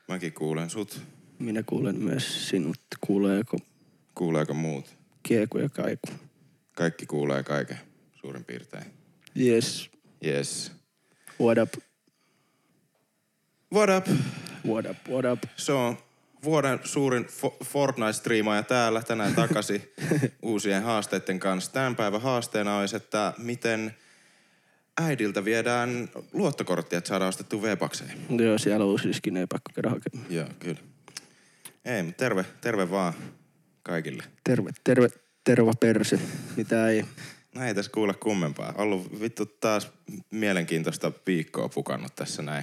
Mäkin kuulen sut. Minä kuulen myös sinut. Kuuleeko muut? Kieku ja kaiku? Kaikki kuulee kaiken suurin piirtein. Yes. Yes. What up? What up? What up? What up? Se on vuoden suurin Fortnite-striimaaja täällä tänään takaisin uusien haasteiden kanssa. Tämän päivän haasteena olisi, että miten äidiltä viedään luottokorttia, että saadaan ostettua V-bakseja. Joo, siellä on uusi skin, ei pakko käydä hakemaan. Joo, kyllä. Ei, mutta terve vaan kaikille. Terve perse. Mitä ei? No ei tässä kuule kummempaa. Ollut vittu taas mielenkiintoista viikkoa pukannut tässä näin.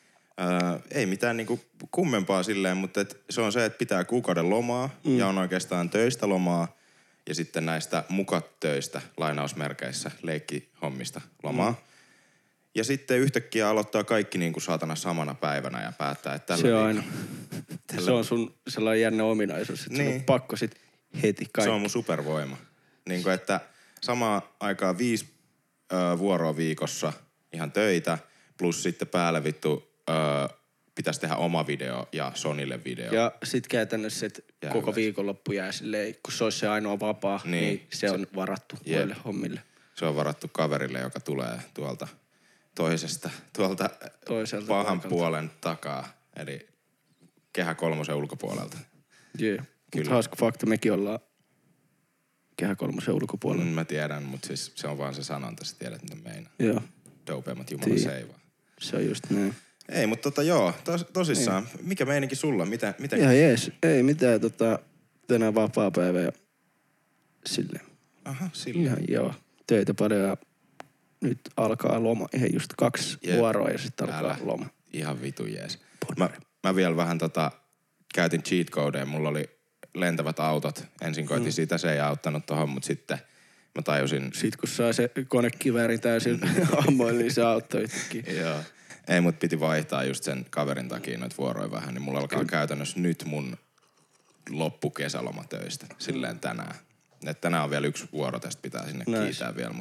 Ei mitään niinku kummempaa silleen, mutta se on se, että pitää kuukauden lomaa ja on oikeastaan töistä lomaa ja sitten näistä mukat töistä lainausmerkeissä leikkihommista lomaa. Ja sitten yhtäkkiä aloittaa kaikki niinku saatana samana päivänä ja päättää, että tällä se on aina. Se on sun sellainen jännä ominaisuus, että sun on pakko sit heti kaikki. Se on mun supervoima. Niinku, että samaan aikaan 5 vuoroa viikossa ihan töitä, plus sitten päälle vittu pitäisi tehdä oma video ja Sonille video. Ja sit käytännössä, että koko viikonloppu jää silleen, kun se olisi se ainoa vapaa, niin se on varattu muille hommille. Se on varattu kaverille, joka tulee tuolta toiselta pahan paikalta. Puolen takaa, eli Kehä 3 ulkopuolelta. Jee, mutta hauska fakta, mekin ollaan Kehä 3 ulkopuolella. Mä tiedän, mutta siis se on vaan se sanonta, sä tiedät mitä meinaa. Joo. Dopeimmat jumala seivaa. Se on just näin. Ei, mutta tosissaan. Ei. Mikä meininki sulla? Mitä? Ihan jees. Ei mitään, tänään vapaapäivä ja silleen. Aha, silleen. Ihan joo. Töitä paljon ja nyt alkaa loma. Ihan just 2 vuoroa ja sitten alkaa loma. Ihan vitu jees. Mä vielä vähän käytin cheat codea. Mulla oli lentävät autot. Ensin koitin sitä, se ei auttanut tohon, mutta sitten mä tajusin. Sitten kun saa se konekiväärin täysin ammoin, niin se auttoi yhtäkkiä. Joo. Ei, mut piti vaihtaa just sen kaverin takia noita vuoroja vähän, niin mulla alkaa käytännössä nyt mun loppukesälomatöistä silleen tänään. Et tänään on vielä 1 vuoro, tästä pitää sinne kiitää vielä,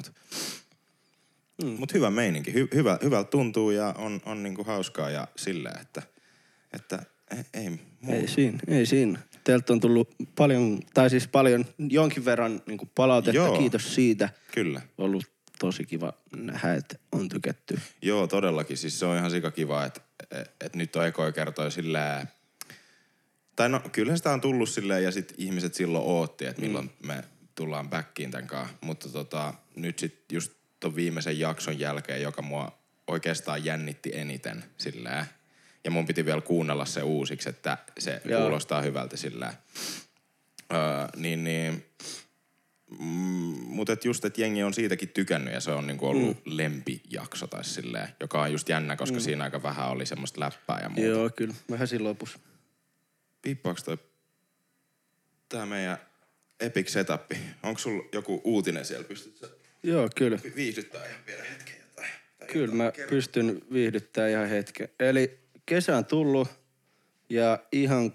mut hyvä meininki. Hyvältä tuntuu ja on niinku hauskaa ja silleen, että ei muuta. Ei siinä. Teiltä on tullut paljon, jonkin verran niinku palautetta. Joo. Kiitos siitä. Kyllä. Ollut tosi kiva nähdä, että on tykätty. Joo, todellakin. Siis se on ihan sikakiva, että nyt on ekoja kertoja silleen. Tai no, kyllähän sitä on tullut silleen ja sit ihmiset silloin ootti, että milloin me tullaan backiin tän kanssa. Mutta nyt sit just ton viimeisen jakson jälkeen, joka mua oikeastaan jännitti eniten silleen. Ja mun piti vielä kuunnella se uusiksi, että se kuulostaa hyvältä silleen. Mutta just, että jengi on siitäkin tykännyt ja se on niinku ollut lempijakso tai silleen, joka on just jännä, koska siinä aika vähän oli semmoista läppää ja muuta. Joo, kyllä. Vähän siinä lopussa. Piippaaks tää meidän epic setappi? Onko sulla joku uutinen siellä? Pystyt sä viihdyttää ihan vielä hetken jotain? Kyllä mä pystyn viihdyttämään ihan hetken. Eli kesä on tullut ja ihan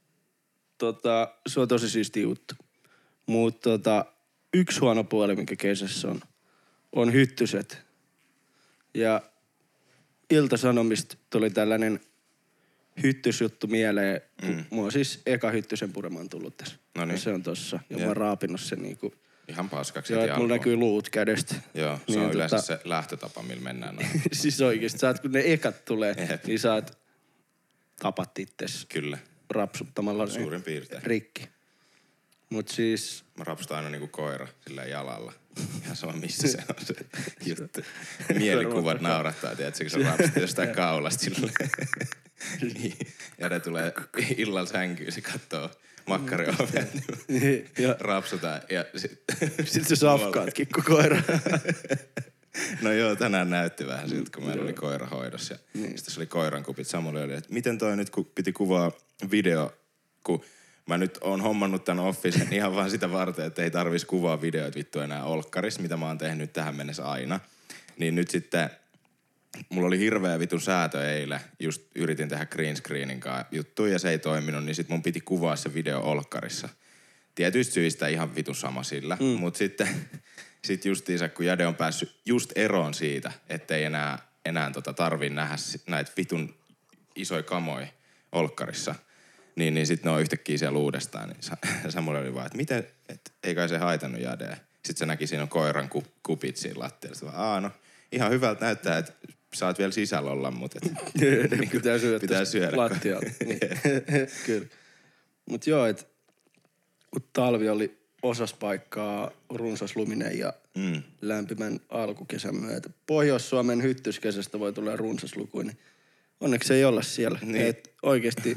se on tosi siisti juttu. Mutta yksi huono puoli, mikä kesässä on hyttyset. Ja Ilta-Sanomista tuli tällainen hyttysjuttu mieleen. Mulla on siis eka hyttysen purema on tullut tässä. Noniin. Ja se on tossa. Ja mä oon raapinut sen niinku. Ihan paskaksi. Joo, että mulla näkyy luut kädestä. Joo, se on yleensä se lähtötapa, millä mennään noin. Siis oikeesti, kun ne ekat tulee, niin saat tapat itses. Kyllä. Rapsuttamalla suurin piirtein. Rikki. Mut siis. Mä rapsutan aina niinku koira sillä jalalla. Ihan sama missä se on se juttu. Mielikuvat naurattaa, tiedätkö, kun sä rapsut jostain kaulasta silleen. Niin. Ja ne tulee illalla sänkyyn, se kattoo makkariovet. Ja rapsutaan. Ja sit sä safkaatkin koira. No joo, tänään näytti vähän siltä, kun meillä oli koira hoidossa. Ja sitten se oli koiran kupit. Samuel oli, että miten toi nyt, kun piti kuvaa video, kun mä nyt oon hommannut tän Officen ihan vaan sitä varten, että ei tarvis kuvaa videoita vittu enää olkkarissa, mitä mä oon tehnyt tähän mennessä aina. Niin nyt sitten, mulla oli hirveä vitun säätö eilen. Just yritin tehdä green screenin kanssa juttuja ja se ei toiminut, niin sit mun piti kuvaa se video olkkarissa. Tietyistä syistä ihan vitun sama sillä, mut sitten justiinsa, kun Jade on päässyt just eroon siitä, ettei enää tarvii nähdä näitä vitun isoja kamoja olkkarissa. Niin sit ne on yhtäkkiä siellä uudestaan. Niin Samuel oli vaan, että miten, ei kai se haitannut jadea. Sitten se näki siinä on koiran kupit siinä lattialla. No ihan hyvältä näyttää, että saat vielä sisällä olla, mutta pitää syödä lattialla. Niin. Kyllä. Mut joo, että kun talvi oli osas paikkaa runsasluminen ja lämpimän alkukesän myötä. Pohjois-Suomen hyttyskesästä voi tulla runsaslukuinen. Niin onneksi ei olla siellä. Niin. Et oikeesti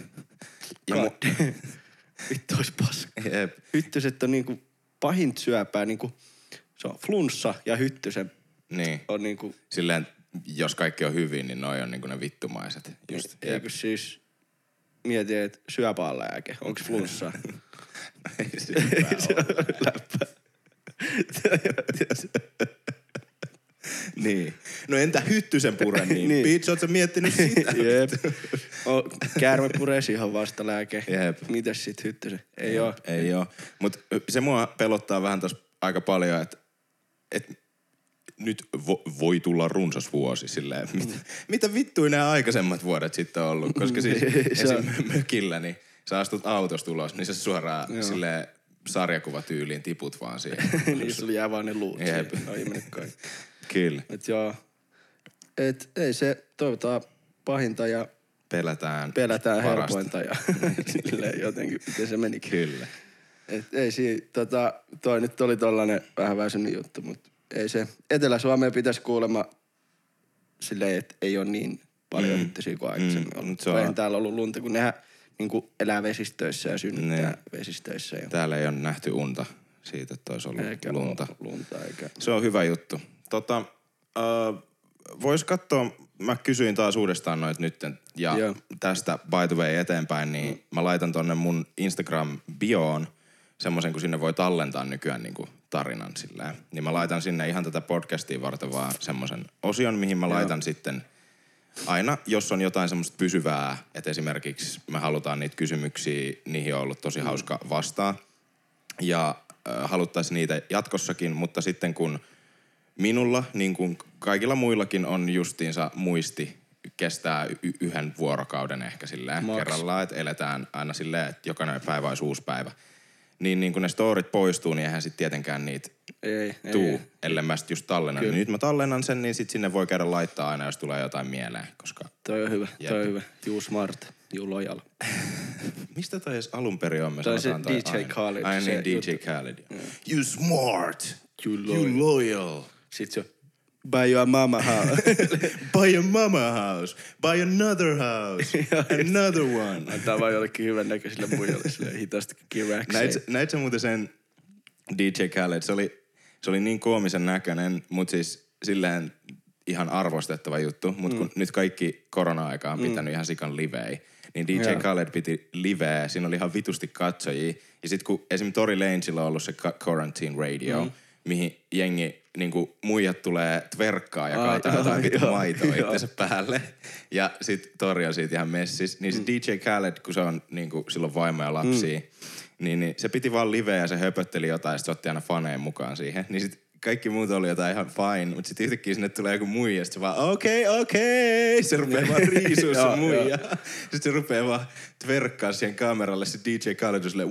vittu ois paska. Hyttyset on niinku pahin syöpää. Niinku, se on flunssa ja hyttysen on niinku... Silleen, jos kaikki on hyvin, niin noi on niinku ne vittumaiset. Just. Eikö siis mieti, että syöpäalääke. Onks flunssaa? Ei läppä. Niin. No entä hyttysen pure niin? Bitch, oot sä miettinyt sitä? Jep. Käärme puresi ihan vastalääke. Jep. Mitäs sit hyttysen? Ei oo. Ei oo. Mut se mua pelottaa vähän tossa aika paljon, että nyt voi tulla runsas vuosi silleen. Mitä vittuja nämä aikaisemmat vuodet sitten on ollut? Koska siis esimerkiksi mökillä, niin sä astut autosta ulos, niin se suoraan silleen sarjakuvatyyliin tiput vaan siihen. Niin sulla jää vaan ne luut. Jep. No ei mennyt kaikki. Kyllä. Et joo. Et ei se, toivotaan pahinta ja pelätään helpointa ja silleen jotenkin, miten se menikin. Kyllä. Et ei toi nyt oli tollanen vähän väsynyt juttu, mutta ei se. Etelä-Suomeen pitäisi kuulemma silleen, että ei ole niin paljon hyttysiä kuin aikaisemmin ollut. Eihän täällä ollut lunta, kun nehän niinku elää vesistöissä ja synnyttää vesistöissä. Ja... Täällä ei ole nähty unta siitä, että olisi ollut lunta. Eikä. Se on hyvä juttu. Vois katsoa, mä kysyin taas uudestaan noit nytten. Ja tästä by the way eteenpäin, niin mä laitan tonne mun Instagram-bioon semmoisen, kun sinne voi tallentaa nykyään niinku tarinan silleen. Niin mä laitan sinne ihan tätä podcastia varten vaan semmoisen osion, mihin mä laitan sitten aina, jos on jotain semmoista pysyvää, että esimerkiksi me halutaan niitä kysymyksiä, niihin on ollut tosi hauska vastaa. Ja haluttaisiin niitä jatkossakin, mutta sitten kun minulla, niin kuin kaikilla muillakin on justiinsa muisti, kestää yhden vuorokauden ehkä silleen kerrallaan, että eletään aina silleen, että jokainen päivä olisi uusi päivä. Niin kun ne storit poistuu, niin eihän sit tietenkään niitä ellei mä sit just tallennan. Niin nyt mä tallennan sen, niin sit sinne voi käydä laittaa aina, jos tulee jotain mieleen, koska... Toi on hyvä, toi on hyvä. You smart, you loyal. Mistä toi edes alun perin on? Toi se DJ Khaled. Ai niin, DJ Khaled. You smart, you loyal. Sit se buy your mama house. Buy your mama house. Buy another house. Another one. Antaa vaan jollekin hyvän näköisille muijalle silleen hitaasti kiräkseen. Näit sä muuten sen DJ Khaled? Se oli niin koomisen näköinen, mut siis silleen ihan arvostettava juttu. Mut kun nyt kaikki korona-aika on pitänyt ihan sikan livei, niin DJ Khaled piti liveä. Siinä oli ihan vitusti katsojia. Ja sit kun esim. Tory Lanezilla on ollut se Quarantine Radio, mihin jengi niinku muijat tulee tverkkaa ja kaataa jotain vittu maitoa itsensä päälle. Ja sit Tori on siitä ihan messis. Niin se DJ Khaled, kun se on niinku silloin vaimo ja lapsia, niin se piti vaan liveä ja se höpötteli jotain ja sit se otti aina faneen mukaan siihen. Niin sit kaikki muut oli jotain ihan fine, mutta sit yhtäkkiä sinne tulee joku muija ja sit se vaan okei. Se rupee vaan riisua se muija. Sit se rupee vaan tverkkaa siihen kameralle. Se DJ Khaled on silleen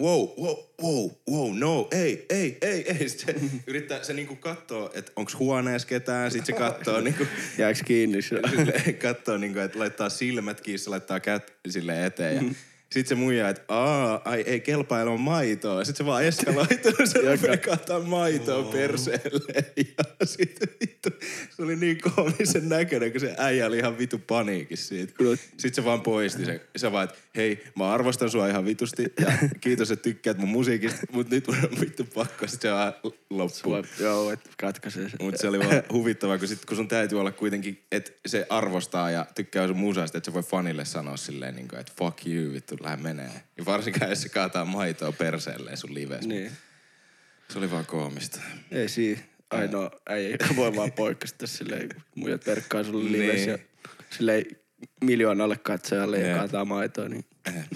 wow, no, ei. Sitten se yrittää, se niinku kattoo, että onks huoneessa ketään. Sit se kattoo niinku... Jääks kiinni se? Kattoo niinku, että laittaa silmät kiinni, se laittaa kät silleen eteen ja... Sitten se muija, että ei kelpaa ilman maitoa. Sitten se vaan eskaloituu, se rupeaa kattaa maitoa perseelle. Ja sitten vittu, se oli niin koomisen näköinen, kun se äijä oli ihan vitu paniikissa siitä. Sitten se vaan poisti sen. Se vaan, että hei, mä arvostan sua ihan vitusti ja kiitos, että tykkäät mun musiikista, mutta nyt mun on vittu pakko. Sitten se vaan loppuu. Joo, että katkaisee se. Mutta se oli vaan huvittavaa, kun sun täytyy olla kuitenkin, että se arvostaa ja tykkää sun musasta, että se voi fanille sanoa silleen, että fuck you, vittu. Lähde menee. Ja varsinkaan, jos se kaataa maitoa perseelleen sun livessä. Niin. Se oli vaan koomista. Ei siinä. Ainoa äijä, joka voi vaan poikkasta silleen, kun muijat verkkaa sulle livessä ja silleen miljoonalle katsojalle ja kaataa maitoa, niin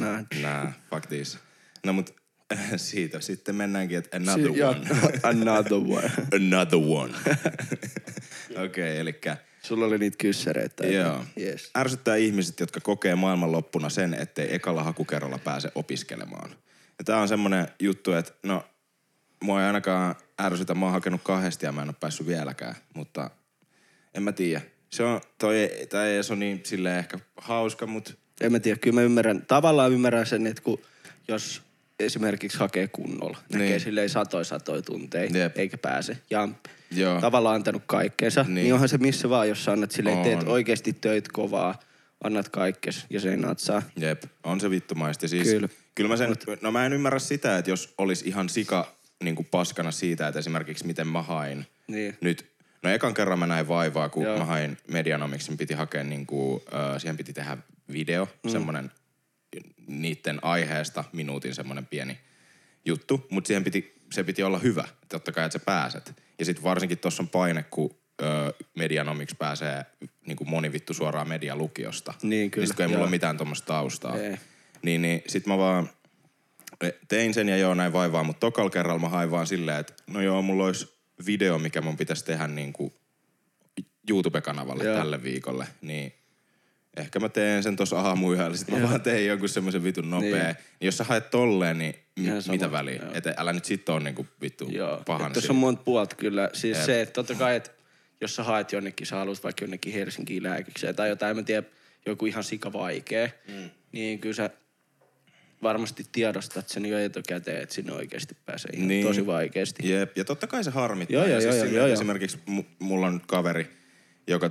fuck this. No mut siitä sitten mennäänkin, että another one. Another one. Another one. Okei, elikkä Sulla oli niitä kyssäreitä. Joo. Yes. Ärsyttää ihmiset, jotka kokee maailmanloppuna sen, ettei ekalla hakukerralla pääse opiskelemaan. Ja tää on semmonen juttu, että no, mua ei ainakaan ärsytä. Mä oon hakenut 2 ja mä en oo päässyt vieläkään, mutta en mä tiedä. Tää ei se on niin silleen ehkä hauska, mutta... En mä tiedä, kyllä mä tavallaan ymmärrän sen, että kun jos esimerkiksi hakee kunnolla, näkee silleen satoi tunteja, eikä pääse, ja tavallaan antanut kaikkeensa, niin onhan se missä vaan, jos sä annat silleen, teet oikeasti töitä kovaa, annat kaikkes ja se ei natsaa. Jep, on se vittumaista. Siis, kyllä mä sen, no mä en ymmärrä sitä, että jos olisi ihan sika niinku paskana siitä, että esimerkiksi miten mä hain nyt. No ekan kerran mä näin vaivaa, kun mä hain Medianomicsin, piti hakea niinku, siihen piti tehdä video, semmonen niitten aiheesta minuutin semmonen pieni juttu, mutta se piti olla hyvä, totta kai, että sä pääset. Ja sit varsinkin tossa on paine, kun Medianomics pääsee niinku moni vittu suoraan medialukiosta. Niin kyllä. Niin sit kun ei mulla ole mitään tommoista taustaa. Niin sit mä vaan tein sen ja näin vaivaa, mutta tokalla kerralla mä hain vaan silleen, että no joo, mulla olisi video, mikä mun pitäisi tehdä niinku YouTube-kanavalle tälle viikolle, niin ehkä mä teen sen tossa aamuyöllä, sit mä vaan tein jonkun semmoisen vitun nopea. Niin jos sä haet tolleen, niin mitä väliä? Että älä nyt sit on niinku vittu pahan. Tuossa on monta puolta kyllä. Siis se, että totta kai, että jos sä haet jonnekin, sä haluat vaikka jonnekin Helsinkiin lääkikseen tai jotain, mä tiedän, joku ihan sika vaikee, niin kyllä sä varmasti tiedostat sen jo etukäteen, että sinne oikeasti pääsee ihan tosi vaikeasti. Jep, ja totta kai se harmittaa. Joo. Esimerkiksi mulla on nyt kaveri, joka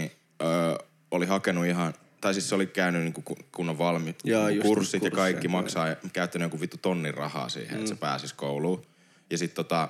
oli hakenut ihan, tai siis se oli käynyt niinku kunnon valmiit kurssit ja kaikki maksaa ja käyttänyt joku vittu tonnin rahaa siihen, että se pääsisi kouluun. Ja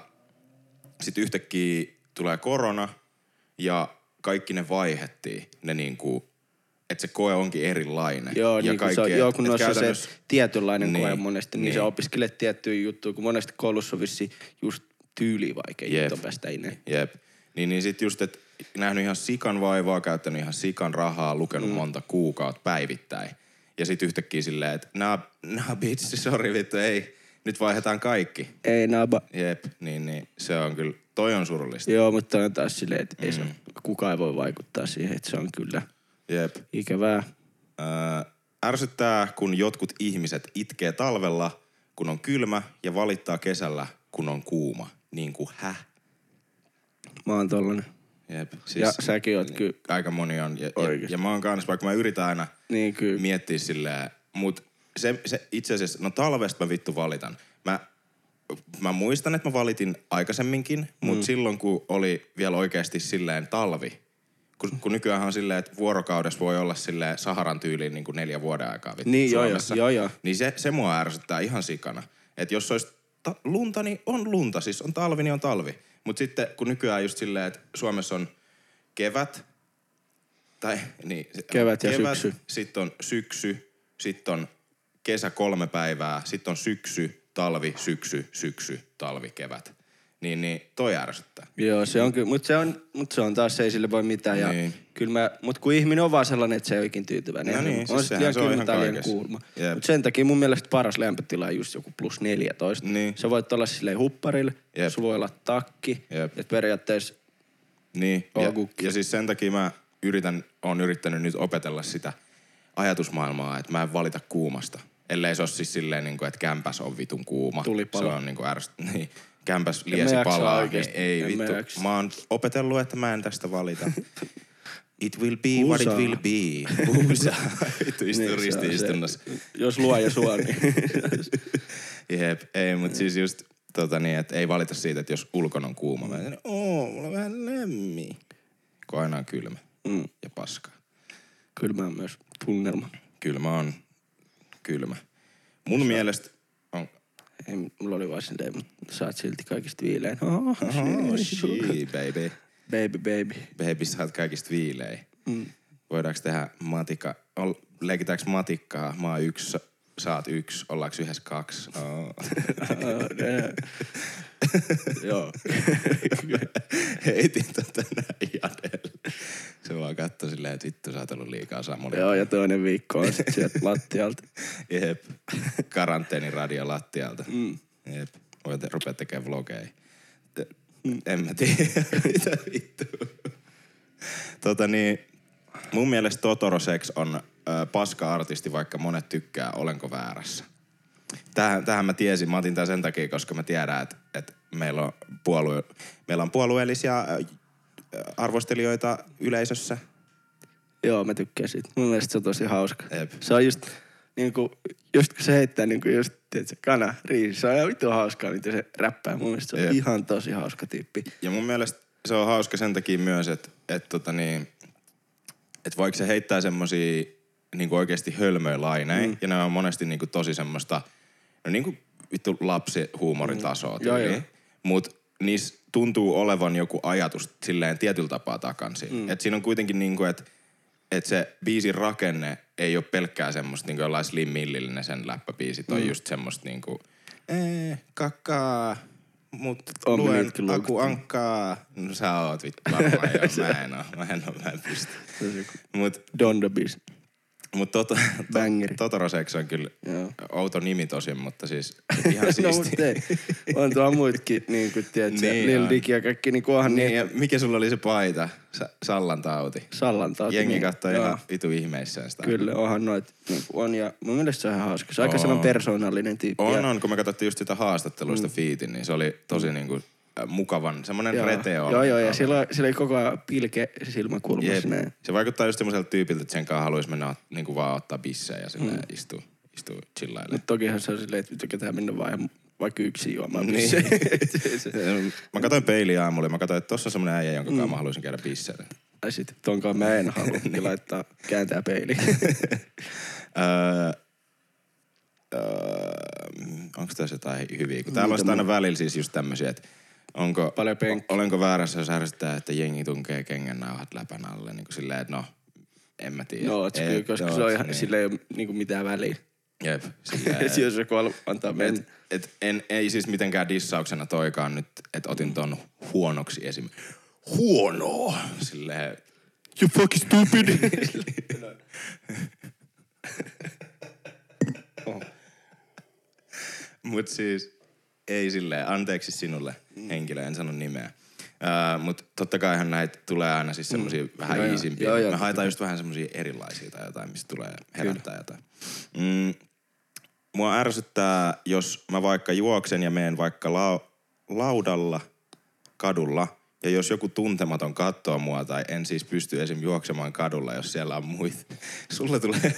sit yhtäkkiä tulee korona ja kaikki ne vaihettiin, ne niinku, että se koe onkin erilainen. Joo, ja niin kun kun on se tietynlainen koe monesti, niin sä opiskelet tiettyjä juttuja, kun monesti koulussa on vissi just tyyliin vaikea juttu päästä ineen. Jep. Niin sit just, että nähnyt ihan sikan vaivaa, käyttänyt ihan sikan rahaa, lukenut monta kuukautta päivittäin. Ja sit yhtäkkiä silleen, että nah bitch, sori vittu, ei. Nyt vaihdetaan kaikki. Ei naba. Jep, niin se on kyllä, toi on surullista. Joo, mutta on taas silleen, että ei kukaan ei voi vaikuttaa siihen, että se on kyllä ikävää. Ärsyttää, kun jotkut ihmiset itkee talvella, kun on kylmä, ja valittaa kesällä, kun on kuuma. Niin kuin Mä oon tollanen. Jep. Siis ja säkin oot kyllä. Aika moni on. Ja mä oon kans, vaikka mä yritän aina miettiä silleen, mut se itse asiassa, no talvesta mä vittu valitan. Mä muistan, että mä valitin aikaisemminkin, mut silloin kun oli vielä oikeasti silleen talvi, kun nykyään on silleen, että vuorokaudessa voi olla silleen Saharan tyyliin niin kuin 4 vuoden aikaa vittu Suomessa. Joo. Niin se mua ärsyttää ihan sikana. Että jos olisi lunta, niin on lunta. Siis on talvi, niin on talvi. Mut sitten kun nykyään just silleen, että Suomessa on kevät, kevät ja syksy. Sitten on syksy, sitten on kesä 3 päivää, sitten on syksy, talvi, syksy, talvi, kevät. Niin toi ärsyttää. Joo, se on kyllä, mut se on taas, se ei sille voi mitään. Ja kyllä mut kun ihminen on vaan sellainen, että se ei oikein tyytyväinen. No niin, on siis se on ihan kaikessa. Mut sen takia mun mielestä paras lämpötila on just joku +14. Niin. Sä voit olla silleen hupparille, sulla voi olla takki, että periaatteessa ja siis sen takia mä oon yrittänyt nyt opetella sitä ajatusmaailmaa, että mä en valita kuumasta. Ellei se ole siis silleen, että kämpäs on vitun kuuma. Tulipalo. Se on niinku niin. Kämpäs liesi palaa. Ei vittu. Mä oon opetellut, että mä en tästä valita. It will be what it will be. Uusa. Vittu istuu ristiistunnossa. Jos luo ja suo, niin. Jep, ei, mut siis just että ei valita siitä, että jos ulkona on kuuma. Mä sanon, mulla on vähän lämmin. Kun aina on kylmä ja paskaa. Kylmä on myös tunnelma. Kylmä on kylmä. Mun mielestä on... Ei, mulla oli vaan silleen, mutta sä oot silti kaikista viilein. Baby. Baby. Baby, sä oot kaikista viilein. Voidaanko tehdä matikka? Leikitäänkö matikkaa? Mä oon 1, sä oot 1, ollaanko yhdessä 2? Joo. Heitin näin Jadelle. Se vaan katsoi silleen, että vittu sä oot ollut liikaa Samuli. Joo, ja toinen viikko on sit sieltä lattialta. Jep. Karanteeniradio lattialta. Jep. Voit rupea tekemään vlogeja. En mä tiedä, mitä vittua. Mun mielestä Totoro Sex on paska-artisti, vaikka monet tykkää Olenko väärässä. Tähän mä tiesin. Mä otin tän sen takia, koska mä tiedän, että meillä on puolueellisia arvostelijoita yleisössä. Joo, mä tykkään siitä. Mun mielestä se on tosi hauska. Jep. Se on just niinku, just kun se heittää niinku just, tiedätkö, kana, riisi. Se on ihan vittu hauskaa, miten se räppää. Mun mielestä se on ihan tosi hauska tyyppi. Ja mun mielestä se on hauska sen takia myös, että vaikka se heittää semmosia niinku oikeesti hölmöjä laineja, ja ne on monesti niinku tosi semmoista, no niinku vittu lapsihuumoritasoa tyyliin. Mut niissä tuntuu olevan joku ajatus silleen tietyllä tapaa takan siinä. Et siinä on kuitenkin niinku, että se biisin rakenne ei ole pelkkää semmoista niinku jollain Slim Millillinen sen läppäbiisit on just semmoista niinku kakkaa, mut luen Aku Ankkaa. No sä oot vittu varmaan joo, mä en pysty. Mut Donda biisi. Mut Totoro Sex on kyllä outo nimi tosin, mutta siis ihan siisti. No mut ei. On tuolla muitkin, niinku tiedät niin, Lil Dicky ja kaikki niinku onhan niin. Ja mikä sulla oli se paita? Sallan tauti. Sallan tauti. Jengi niin, kattoo ihan vitu ihmeissään sitä. Kyllä, onhan noit niinku on ja mun mielestä se on ihan hauska. Se on aika sellainen persoonallinen tyyppi. On, kun me katsottiin just sitä haastatteluista fiitin, niin se oli tosi niinku mukavan, semmonen reteo. Joo, ja sillä oli koko ajan pilke silmäkulmassa näin. Se vaikuttaa just semmoiselta tyypiltä, että sen kanssa haluaisi mennä niinku vaan ottaa bissejä ja silleen istuu chillaille. Mutta tokihan se on silleen, että tykätään mennä vaan vaikka yksin juomaan bissejä. Mä katsoin peiliä aamulla ja mä katsoin, että tossa on semmonen äijä, jonka kanssa mä haluaisin käydä bisseille. Ai sit, tonkaan mä en halua, niin laittaa kääntää peiliin. Onko tässä jotain hyviä? Kun täällä on aina välillä siis just tämmösiä, että olenko väärässä, jos ärsyttää, että jengi tunkee kengännauhat läpän alle, niin kuin silleen, että no, en mä tiedä. No, koska se on ihan, sillä ei ole niinku mitään väliä. Jep. Jos joku antaa mennä. Ei siis mitenkään dissauksena toikaan nyt, että otin ton huonoksi esim. Huonoa! Silleen... You fucking stupid! Mut siis... Ei silleen, anteeksi sinulle henkilö, en sano nimeä. Mut totta kaihan näitä tulee aina siis semmosia vähän iisimpiä. Me haetaan just vähän semmosia erilaisia tai jotain, mistä tulee herättää jotain. Mua ärsyttää, jos mä vaikka juoksen ja menen vaikka laudalla kadulla, ja jos joku tuntematon katsoo mua tai en siis pysty esim. Juoksemaan kadulla, jos siellä on muita. Sulle tulee...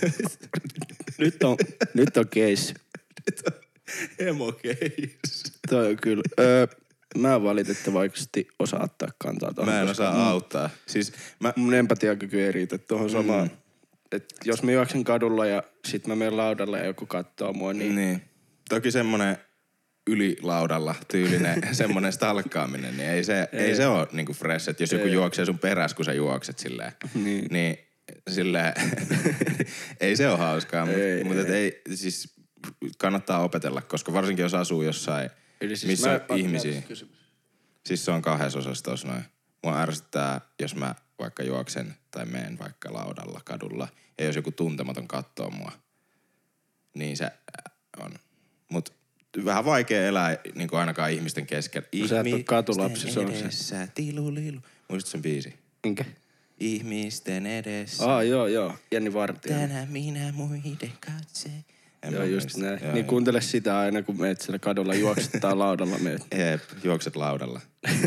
Nyt on case. Emo case. Toi on kyllä. Mä en valitettavasti osaa ottaa kantaa tuohon. Mä en osaa auttaa. Siis mun empatiakyky ei riitä tuohon samaan. Et jos mä juoksen kadulla ja sit mä menen laudalle ja joku katsoo mua, niin... Toki semmonen ylilaudalla tyylinen semmonen stalkkaaminen, niin ei se oo niinku fresh. Et jos joku juoksee sun perässä, kun sä juokset silleen, niin silleen ei se oo hauskaa. Mutta ei, siis kannattaa opetella, koska varsinkin jos asuu jossain, siis missä on ihmisiä. Siis se on 2 osassa tossa noin. Mua ärsyttää, jos mä vaikka juoksen tai menen vaikka laudalla kadulla ja jos joku tuntematon katsoo mua, niin se on. Mut vähän vaikea elää niinku ainakaan ihmisten keskellä. Sä et oo katulapsi, se on se. Tilulilu. Muistatko sen biisi? Minkä? Ihmisten edessä. Joo. Jenni Vartija. Tänään minä muiden katse. Joo, just näin. Niin kuuntele sitä aina, kun meet siellä kadulla juoksettaa laudalla meet. Jep, juokset laudalla.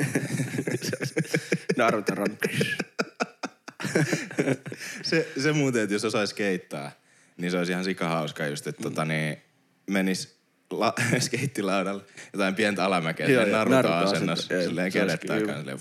Naruto run. se muuten, että jos osais keittaa, niin se olisi ihan sikahauska just, että menis skeittilaudalle jotain pientä alamäkeä, Naruto-asennossa, silleen kädet takaan, silleen.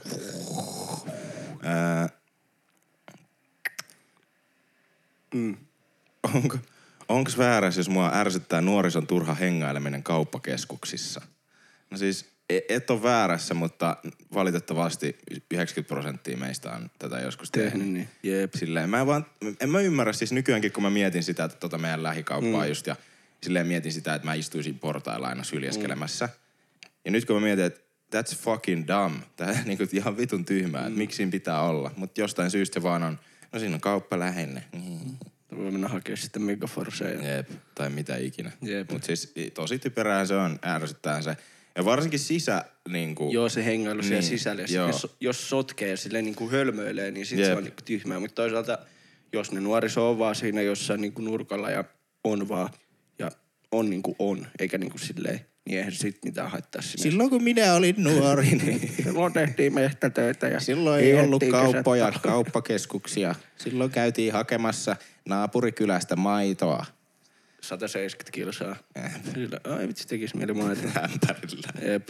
Onks väärässä, jos mua ärsyttää nuorison turha hengaileminen kauppakeskuksissa? No siis, et ole väärässä, mutta valitettavasti 90% meistä on tätä joskus tehnyt. Niin. Jep. Silleen, en mä ymmärrä siis nykyäänkin, kun mä mietin sitä, että meidän lähikauppaa just ja silleen mietin sitä, että mä istuisin portailla aina syljeskelemässä. Ja nyt kun mä mietin, että that's fucking dumb. Tää niinku ihan vitun tyhmää, että miksi siinä pitää olla. Mutta jostain syystä se vaan on, no siinä on kauppa lähellä. Voi mennä hakea sitten Megaforcea. Jep, tai mitä ikinä. Jep. Mut siis tosi typerää se on, ärsyttää se. Ja varsinkin niinku... Joo, se hengailu siellä Niin, sisällä. joo. Jos sotkee ja silleen niinku hölmöilee, niin sit se on niinku tyhmää. Mutta toisaalta, jos ne nuoriso on vaan siinä jossain niinku nurkalla ja on vaan, ja on niinku on, eikä niinku silleen, niin eihän sit mitään haittaa sinne. Silloin kun minä olin nuori, niin... Silloin tehtiin mehtätöitä ja... Silloin ei ollut kauppoja, kauppakeskuksia. Silloin käytiin hakemassa naapurikylästä maitoa. 170 kilsaa. Sillä, ai vitsi, tekis mieli maitoa. Ämpärillä. Jep.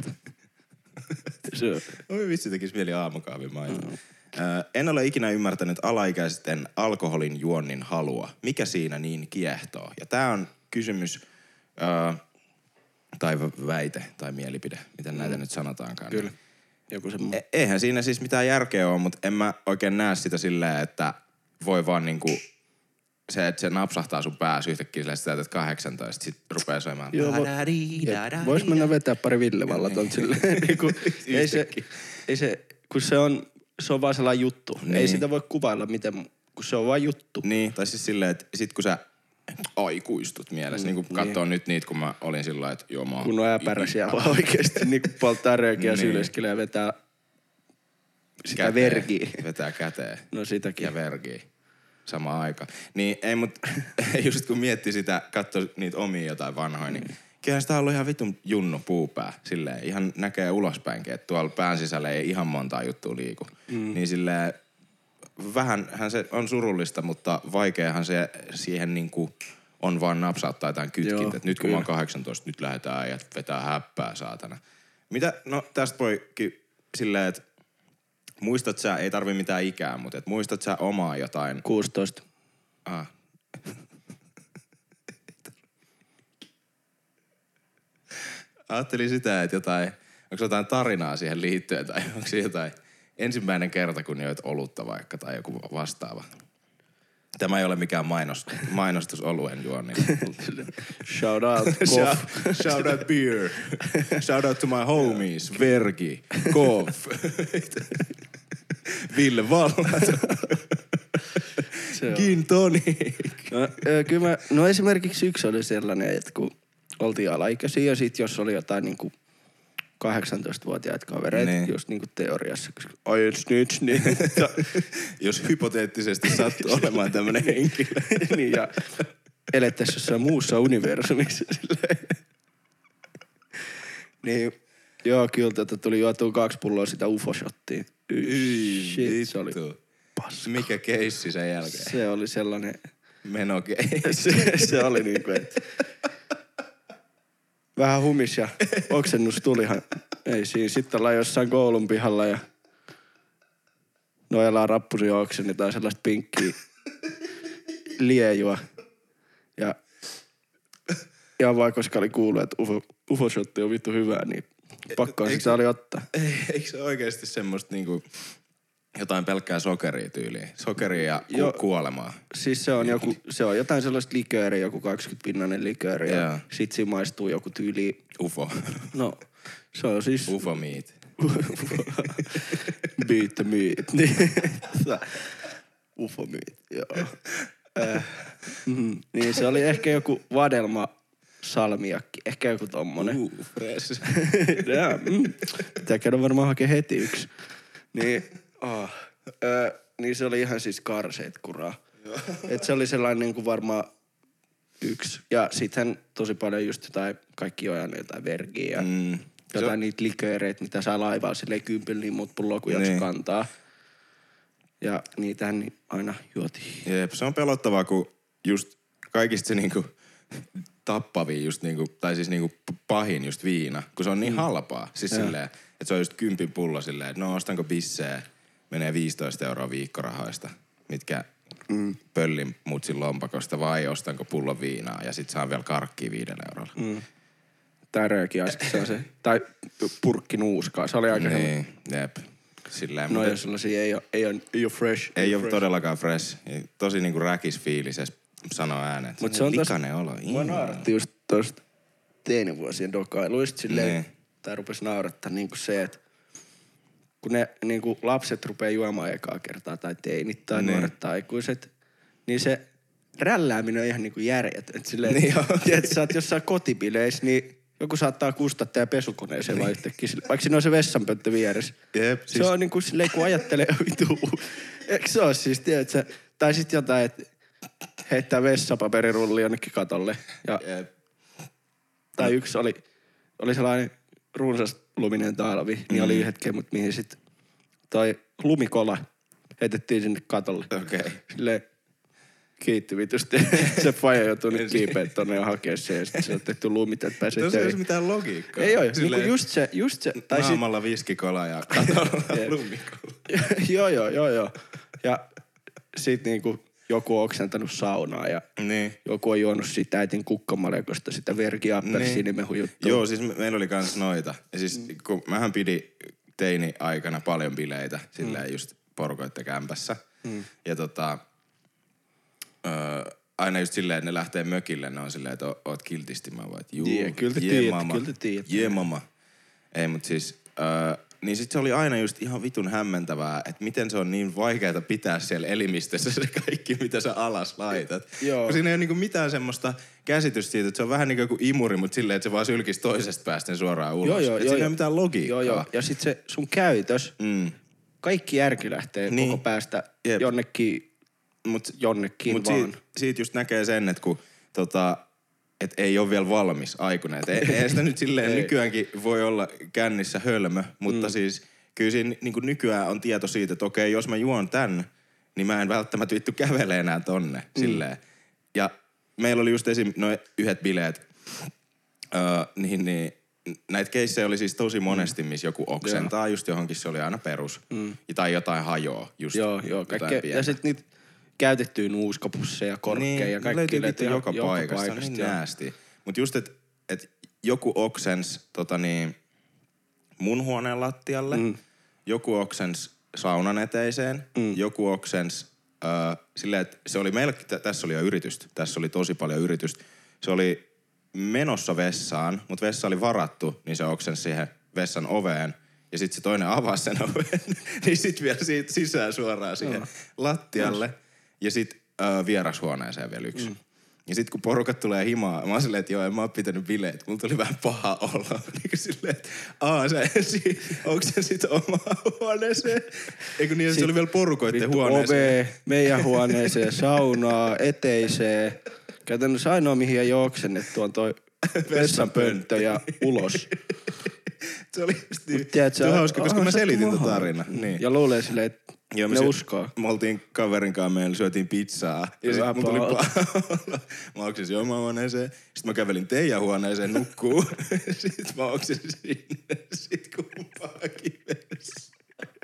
Oi vitsi, tekis mieli aamukaavin maitoa. En ole ikinä ymmärtänyt alaikäisten alkoholin juonnin halua. Mikä siinä niin kiehtoo? Ja tää on kysymys, tai väite, tai mielipide, miten näitä nyt sanotaankaan. Kyllä. Joku semmoinen. Eihän siinä siis mitään järkeä ole, mutta en mä oikein näe sitä silleen, että voi vaan niinku... Se, että se napsahtaa sun päässä yhtäkkiä silleen, että sä täytät 18, sit rupee soimaan. Joo, vois mennä vetää pari Ville-vallaton silleen. Niinku, ei se, kun se on vaan sellainen juttu. Niin. Ei sitä voi kuvailla miten, kun se on vaan juttu. Niin, tai siis silleen, että sit kun sä aikuistut mielessä, niin kuin katsoo nyt niitä, kun mä olin sillä lailla, että joo mä oon... Kun on äpäräsiä vaan oikeesti, niin kuin polttaa röökiä ja syyleskelee ja vetää sitä käteen. vergiä. Vetää käteen. No sitäkin. Ja vergiä. Samaan aikaan. Niin ei, mut just kun mietti sitä, katsoi niitä omia jotain vanhoja, niin kyllähän sitä on ollut ihan vitun junnu puupää. Silleen ihan näkee ulospäinkin, että tuolla pään sisällä ei ihan montaa juttua liiku. Niin silleen vähänhän se on surullista, mutta vaikeahan se siihen niinku on vaan napsauttaa jotain kytkintä. Nyt kun mä oon 18, nyt lähdetään äijät vetää häppää, saatana. Mitä? No tästä voikin silleen, että muistat sä, ei tarvi mitään ikää, mutta et muistat sä omaa jotain... 16. Ajattelin sitä, että jotain... Onko jotain tarinaa siihen liittyen tai onko se jotain ensimmäinen kerta, kun joit olutta vaikka tai joku vastaava? Tämä ei ole mikään mainostus oluen juonni. Shout out, Koff. Shout out beer. Shout out to my homies. Vergi, Koff. Ville Vallat. Gin tonic. No esimerkiksi yksi oli sellainen, että kun oltiin alaikäisiä ja sit jos oli jotain niinku 18-vuotiaat kavereita, niin. Just niinku teoriassa, koska ai snitch, niin... Jos hypoteettisesti sattuu olemaan tämmönen henkilö. Niin ja elettäisiin jossain muussa universumissa silleen. Niin, joo, kyllä tuli juotua 2 pulloa sitä ufo-shottia. Shit, se oli paska. Mikä keissi sen jälkeen? Se oli sellainen... Menokeissi. se oli niinku, että... Vähän humis ja oksennus tulihan. Ei siinä. Sitten ollaan jossain koulun pihalla ja nojellaan rappusi ja oksennetaan sellaista pinkkiä liejua. Ja vaan koska oli kuullut, että ufo-shotti on vittu hyvää, niin pakkoa sitä oli ottaa. Eikö se oikeesti semmoista niinku jotain pelkkää sokeria tyyliä? Sokeria ja kuolemaa. Siis se on jotain sellaista likööriä, joku 20-pinnainen likööri. Ja sit siinä maistuu joku tyyli... Ufo. No, se on siis... Ufo meat. Beat the meat. Ufo meat, joo. Niin se oli ehkä joku vadelma salmiakki. Ehkä joku tommonen. Fresh. Pitää käydä varmaan hakea heti yksi. Niin... niin se oli ihan siis karseet kuraa. Et se oli sellainen niin kuin varmaan 1. Ja sittenhän tosi paljon just jotain, kaikki on ajanut jotain vergiä ja jotain niitä likööreitä, mitä saa laivaa silleen kympillä niin muut pulloa kuin jakso kantaa. Ja niitähän niin aina juotiin. Jep, se on pelottavaa, kun just kaikista se niinku tappavia just niinku, tai siis niinku pahin just viina, kun se on niin halpaa. Siis silleen, että se on just 10 pullo silleen, että no ostanko bissee, menee 15 € viikkorahoista, mitkä pöllin mutsin lompakosta, vai ostanko pullon viinaa ja sit saan vielä karkkia 5 €. Tai röökiaski se. Tai purkki nuuskaa, se oli aika niin, jep. Silleen, no jos sellaisia ei ole fresh. Ei ole todellakaan fresh. Tosi niinku räkis fiilis sanoo ääneen. Mut se on likainen olo. Mua nauratti just tosta teinivuosien dokailuista silleen, tai rupes naurattaa niinku se, että kun ne niinku lapset rupee juomaan ekaa kertaa, tai teinit, tai nuoret, tai aikuiset, niin se rällääminen on ihan niinku järjetön. Silleen, että sä oot jossain kotibileissä, niin joku saattaa kustaa teidän pesukoneeseen vaan yhtäkkiä. Vaikka siinä on se vessanpönttö vieressä. Jep, Se on niinku silleen, kun ajattelee vituu. Eikö se ole siis, tiedätkö? Tai sit jotain, että heittää vessapaperirulli jonnekin katolle. Ja, tai yksi oli sellainen runsas luminen talvi, niin oli yhdet kemut, mihin sit toi lumikola heitettiin sinne katolle. Okei. Silleen kiitti vitusti. Se faija joutuu nyt kiipeä tonne ja hakea se ja sitten se on tehty lumit, että pääsee Tuossa ei töihin. ole mitään logiikkaa. Ei oo, niinku just se. Tai naamalla viskikola ja katolla lumikola. Joo. Ja sit niinku joku on oksentanut saunaa ja Niin. joku on juonut sitä äitin kukkamalekosta, sitä verki-appelsiinimehujuttua. Joo, siis meillä oli kans noita. Ja siis kun mähän pidin teini-aikana paljon bileitä, silleen just porukoitten kämpässä. Ja aina just silleen, että ne lähtee mökille, ne on silleen, että oot kiltisti. Mä vaan, että juu, Kyllä te tiedät. Jee mama. Ei, mut siis... niin sit se oli aina just ihan vitun hämmentävää, että miten se on niin vaikeaa pitää siellä elimistössä se kaikki, mitä sä alas laitat. Joo. Kun siinä ei ole niinku mitään semmoista käsitystä siitä, että se on vähän niin kuin joku imuri, mutta silleen, että se vaan sylkisi toisesta päästä suoraan ulos. Joo. Siinä ei ole mitään logiikkaa. Joo. Ja sit se sun käytös, kaikki järki lähtee koko päästä jonnekin vaan. Siitä just näkee sen, että kun että ei ole vielä valmis aikuinen. Eihän sitä nyt silleen nykyäänkin voi olla kännissä hölmö, mutta siis kyllä siinä niin kuin nykyään on tieto siitä, että okei, jos mä juon tän, niin mä en välttämättä vittu kävele enää tonne silleen. Ja meillä oli just esim. Noin yhdet bileet, niin näitä keissejä oli siis tosi monesti, missä joku oksentaa just johonkin, se oli aina perus. Tai jotain hajoaa just. Joo, kaikkea. Ja sit niitä käytettyjä nuuskapusseja, korkkeja ja kaikki. Löytyy vittu joka paikasta, niin näästi. Mut just, että joku oksens mun huoneen lattialle, joku oksens saunan eteiseen, joku oksens silleen, että se oli meillä, tässä oli jo yritystä, tässä oli tosi paljon yritystä. Se oli menossa vessaan, mutta vessa oli varattu, niin se oksensi siihen vessan oveen. Ja sitten se toinen avasi sen oven, niin sitten vielä siitä sisään suoraan siihen lattialle. Ja sitten vierashuoneeseen vielä yksi. Ja sitten kun porukat tulee himaa, mä oon silleen, että joo, en mä oo pitänyt bileet. Mulla tuli vähän paha olla. Niin silleen, että onko se sit oma huoneeseen? Eikö niin, se oli vielä porukoitten huoneeseen? Ove, meidän huoneeseen, saunaa, eteiseen. Käytännössä ainoa, mihin ei ole oksennettu, on toi vessanpönttö ja ulos. Se oli just niin. Se on hauska, koska mä selitin tota tarinaa. Niin. Ja luulee silleen, että ne uskoo. Me oltiin kaverin kanssa, meillä syötiin pizzaa. Ja sit mun tuli paha. Mä oksensin omaan huoneeseen. Sitten mä kävelin teidän huoneeseen nukkuu. Sitten mä oksensin sinne. Sitten kumpaakin mennessä.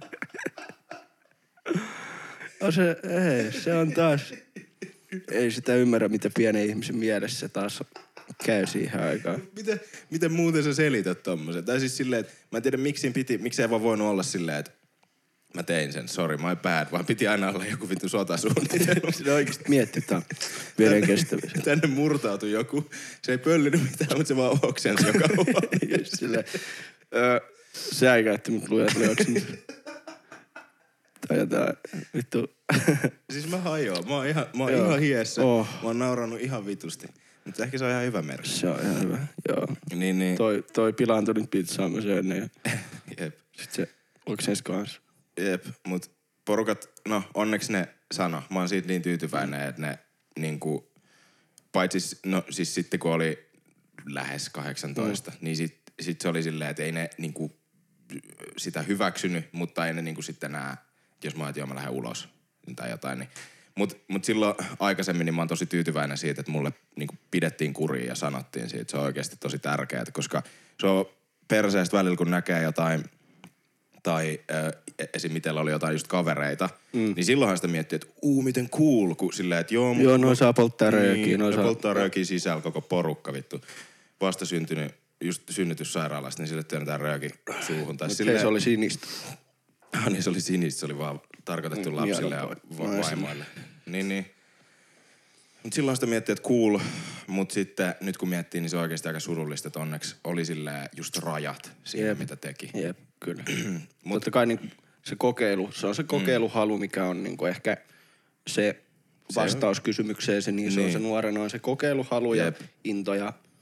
Se on taas... Ei sitä ymmärrä, mitä pienen ihmisen mielessä taas käy siihen aikaan. Miten muuten sä selität tommosen? Tai siis silleen, että mä en tiedä miksi ei vaan voinut olla silleen, että mä tein sen, sorry, my bad, vaan piti aina olla joku vittu sotasuunnitelma. Sitä oikeesti mietitään veden kestävyys. Tänne murtautui joku, se ei pöllinyt mitään, mutta se vaan oksensi joka huoneessa. Silleen, se aika, että mut lujat oli oksensi. Tai jotain, vittu. Siis mä hajoan, mä oon ihan hiessä. Mä oon naurannut ihan vitusti. Mutta ehkä se on ihan hyvä merkki. Se on ihan hyvä, joo. Niin. Toi pilaantunut pizzaa mä söin ja Jep. Sit se oksensi kanssa. Jep, mut porukat, no onneksi ne sano. Mä oon siitä niin tyytyväinen, että ne niinku, paitsi, no siis sitten kun oli lähes 18, niin sit se oli silleen, että ei ne niinku sitä hyväksynyt, mutta ei ne niinku sitten jos mä ajattelin, mä lähden ulos tai jotain, niin. Mut silloin aikaisemmin niin mä oon tosi tyytyväinen siitä, että mulle niinku pidettiin kuriin ja sanottiin siitä. Se on oikeasti tosi tärkeää, koska se on perseestä välillä, kun näkee jotain, tai esim. Itellä oli jotain just kavereita, niin silloinhan sitä miettii, että miten cool, kun silleen, että joo, noin saa polttaa röökiä. Niin, ne polttaa röökiä sisällä koko porukka, vittu. Vasta syntynyt, just synnytyssairaalasta, niin sille työnnetään rööki suuhun. Tai silleen, se oli sinistä. Niin se oli sinistä, se oli vaan tarkoitettu lapsille ja vaimoille. Niin. Mut silloin sitä miettii, että cool, mut sitten nyt kun miettii, niin se on oikeasti aika surullista, että onneksi oli silleen just rajat siinä, mitä teki. Jep, kyllä. Totta kai niin se kokeilu, se on se kokeiluhalu, mikä on niin kuin ehkä se vastaus kysymykseen, niin se on se nuorena on se kokeiluhalu ja into ja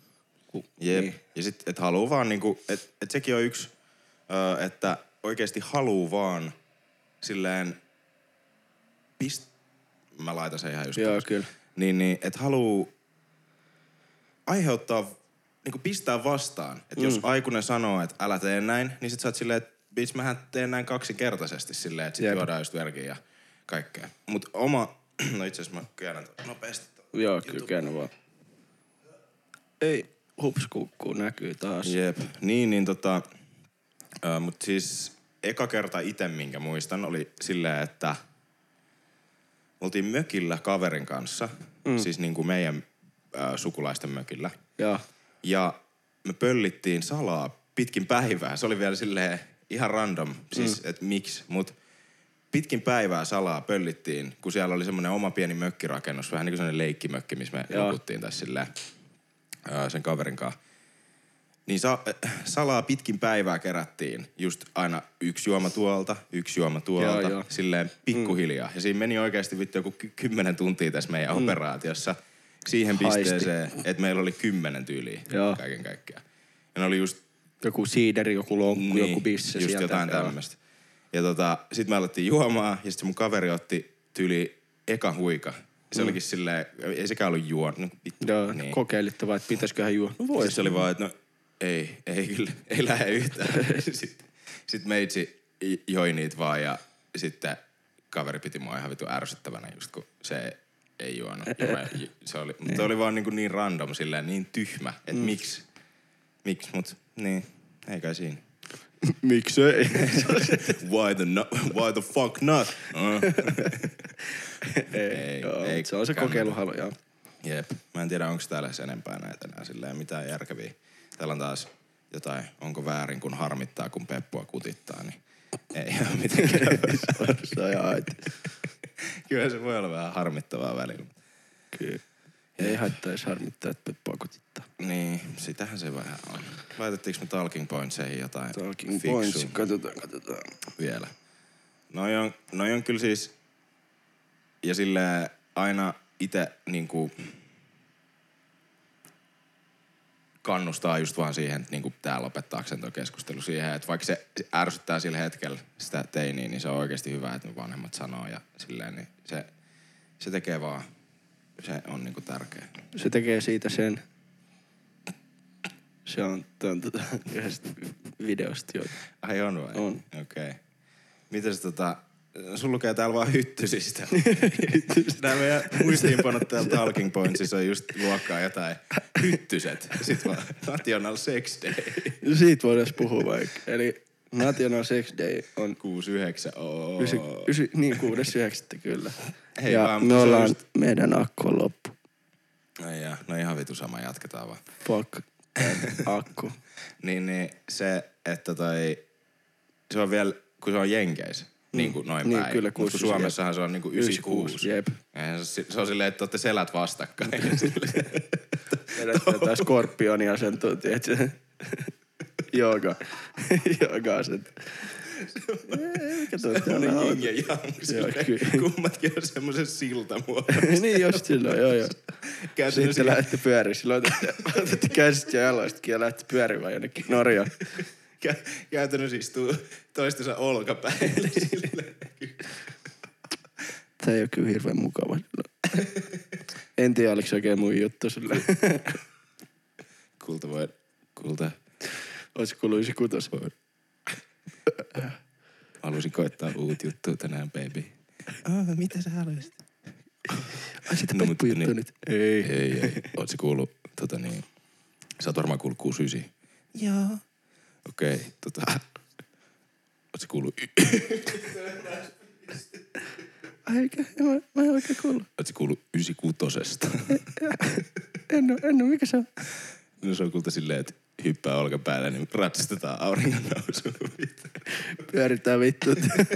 Jep. Niin. Ja sit, et haluu vaan niinku, et sekin on yksi, että oikeesti haluu vaan silleen mä laitan sen ihan just. Joo, kyllä. Niin, et haluu aiheuttaa, niinku pistää vastaan. Että jos aikuinen sanoo, että älä tee näin, niin sit sä oot silleen, että bitch, mähän teen näin kaksinkertaisesti silleen, että sit juodaan just verkiä ja kaikkea. Mut no itse asiassa mä käännän nopeasti. Joo, kyllä käännän vaan. Ei, hupskukkuu näkyy taas. Jep. Mut siis eka kerta ite, minkä muistan, oli silleen, että oltiin mökillä kaverin kanssa, siis niinku meidän sukulaisten mökillä. Ja me pöllittiin salaa pitkin päivää. Se oli vielä silleen ihan random, siis että miksi, mut pitkin päivää salaa pöllittiin, kun siellä oli semmoinen oma pieni mökkirakennus, vähän niin kuin semmoinen leikkimökki, missä me nukuttiin tässä silleen sen kaverin kanssa. Niin salaa pitkin päivää kerättiin just aina yksi juoma tuolta, silleen pikkuhiljaa. Ja siinä meni oikeasti vittu joku 10 tuntia tässä meidän operaatiossa siihen pisteeseen, että meillä oli 10 tyyliä kaiken kaikkiaan. Ja ne oli just joku siideri, joku lonkku, joku bisse just sieltä. Jotain tämmöistä. Ja sit me alettiin juomaan ja sit se mun kaveri otti tyyli eka huika. Se olikin silleen, ei sekään ollut juonut. Joo, niin. Kokeilitte vaan, että pitäisiköhän juo. No vois. Se oli vaan, että no ei kyllä, ei lähde yhtään. Sitten meitsi joi niitä vaan ja sitten kaveri piti mua ihan vitu ärsyttävänä just kun se ei juonut. Mutta oli vaan niin random silleen, niin tyhmä, että miksi, mut niin, ei kai siinä. Miksei? Why the fuck not? Ei, se on se kokeiluhalu, joo. Jep. Mä en tiedä, onko täällä enempää näitä enää silleen mitään järkeviä. Täällä on taas jotain, onko väärin kun harmittaa, kun Peppua kutittaa, niin ei ole mitenkään. Kyllä se voi olla vähän harmittavaa välillä. Kyllä. Ei haittaisi harmittaa, että Peppua kutittaa. Niin, sitähän se vähän on. Laitettiinko me talking pointseihin jotain talking points, katsotaan. Vielä. Noi on kyllä siis, ja silleen aina ite niinku kannustaa just vaan siihen, että niinku tää lopettaakseen tuo keskustelu siihen, että vaikka se ärsyttää sillä hetkellä sitä teiniä, niin se on oikeasti hyvä, että me vanhemmat sanoo ja silleen, niin se tekee vaan, se on niinku tärkeä. Se tekee siitä sen, se on yhdestä videosta jo. Ai on vai? On. Okei. Mites sun lukee täällä vaan hyttysistä. Nää meidän muistiinpanot täällä Talking Pointsissa on just luokkaa jotain hyttyset. Sitten vaan National Sex Day. Siitä voidaan puhua vaikka. Eli National Sex Day on 6.9. Niin, 6.9. kyllä. Hei, ja vaan, me ollaan, meidän akku on loppu. Ai jaa, no ihan vitu sama, jatketaan vaan. Fuck, akku. niin se, että se on vielä, kun se on Jenkeissä. Niin kuin noin niin, päin. Kyllä, mutta Suomessahan se on niinku 96. Jep. Se on silleen, että olette selät vastakkain. Vedetään tää Skorpioni asiantuntija, että jooga asentu. Mikä toi täällä on? Yin ja yang. Kummatkin on semmoisen siltamuodosta. Niin just silloin, joo. Sitten lähdette pyöriin. Silloin otatte käsit ja jaloistakin ja lähdette pyörimään jonnekin Norjaan. Käytännössä istuu toistensa olkapäille silleen. Tää ei oo kyllä hirveän mukava. En tiedä, oliko se oikein mun juttu silleen. Kulta. Ois kuuluisi kutos. Haluaisin koittaa uut juttua tänään, baby. Mitä sä haluaisit? Ai sitä Peppu juttu nyt. Ei. Oot sä kuullut, sä oot varmaan kuullut 69. Joo. Okei, oot sä kuullut? Eikä, mä en oikein kuullut. Oot sä kuullut 96? En oo, mikä se on? No se on kulta silleen, että hyppää olkapäälle, niin ratsastetaan auringon nousuun. Pyöritään vittu.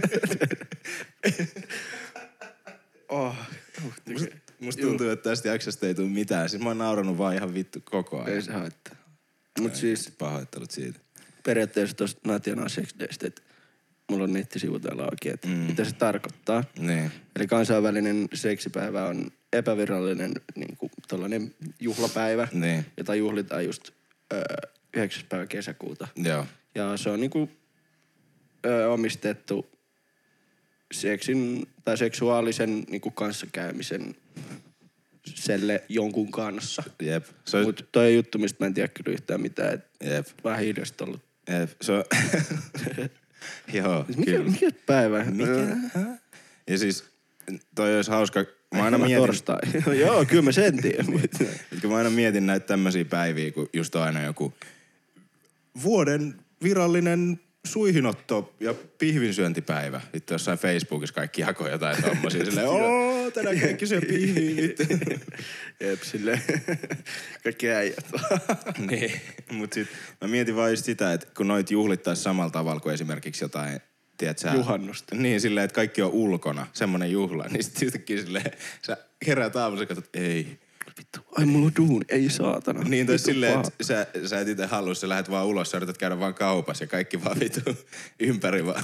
Musta tuntuu, että tästä jaksosta ei tule mitään. Siis mä oon nauranut vaan ihan vittu koko ajan. Ei se haittaa. Mut siis pahoittelut siitä. Periaatteessa tosta National Sex Daystä, että mulla on nettisivu täällä auki, että mitä se tarkoittaa. Niin. Eli kansainvälinen seksipäivä on epävirallinen niinku tollanen juhlapäivä, niin. jota juhlitaan just 9. päivä kesäkuuta. Joo. Ja se on niinku omistettu seksin tai seksuaalisen niinku kanssakäymisen selle jonkun kanssa. Jep. Mut toi juttu, mistä mä en tiedä kyllä yhtään mitään. Jep. Vähän hiljasta ollut. Jep. Se on... Joo, kyllä. Mikä päivä? Ja siis toi olisi hauska. Mä aina mietin... Torstai. Joo, kyllä mä sen tiedän. Mä aina mietin näitä tämmöisiä päiviä, kun just on aina joku vuoden virallinen suihinotto ja pihvinsyöntipäivä. Sitten jossain Facebookissa kaikki jakoo jotain tommosia. Silleen, tänään kaikki syö pihviä nyt. Jep, silleen. Kaikki äijät. Niin, mut sit mä mietin vaan just sitä, että kun noit juhlittais samalla tavalla kuin esimerkiksi jotain, tiedätkö sä... Juhannusta. Niin, silleen, että kaikki on ulkona, semmonen juhla. Niin sit yhtäkkiä silleen, sä heräät aamulla ja katsot, ei. Vittu, ai mulla on duuni, ei saatana. Niin, tai silleen, että sä et itse halua, sä lähdet vaan ulos, sä yrität käydä vaan kaupassa ja kaikki vaan vitu ympäri vaan.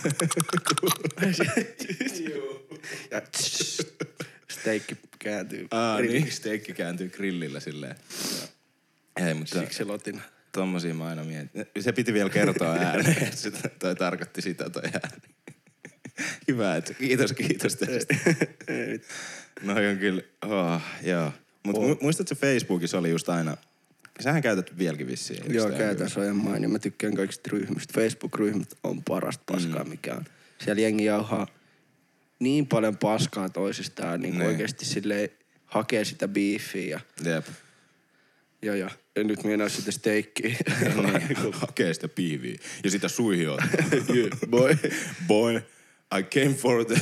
Ja steikki kääntyy. Niin, steikki kääntyy grillillä silleen. Ei, mutta... Siksi lotin. Tommosia mä aina mietin. Se piti vielä kertoa ääneen, että toi tarkoitti sitä toi ääni. Hyvä, että kiitos tästä. No on kyllä, joo. Mut muistatko Facebookissa oli just aina, sähän käytät vieläkin vissiin. Joo, käytän, se on ihan mainio. Mä tykkään kaikista ryhmistä. Facebook-ryhmät on parasta paskaa, mikä on. Siellä jengi jauhaa niin paljon paskaa toisistaan, niin oikeesti silleen hakee sitä beefiä. Jep. Joo. Ja nyt minä sitä steikkiä. Hakee sitä piiviä. Ja sitä suihioa. Boy. I came for the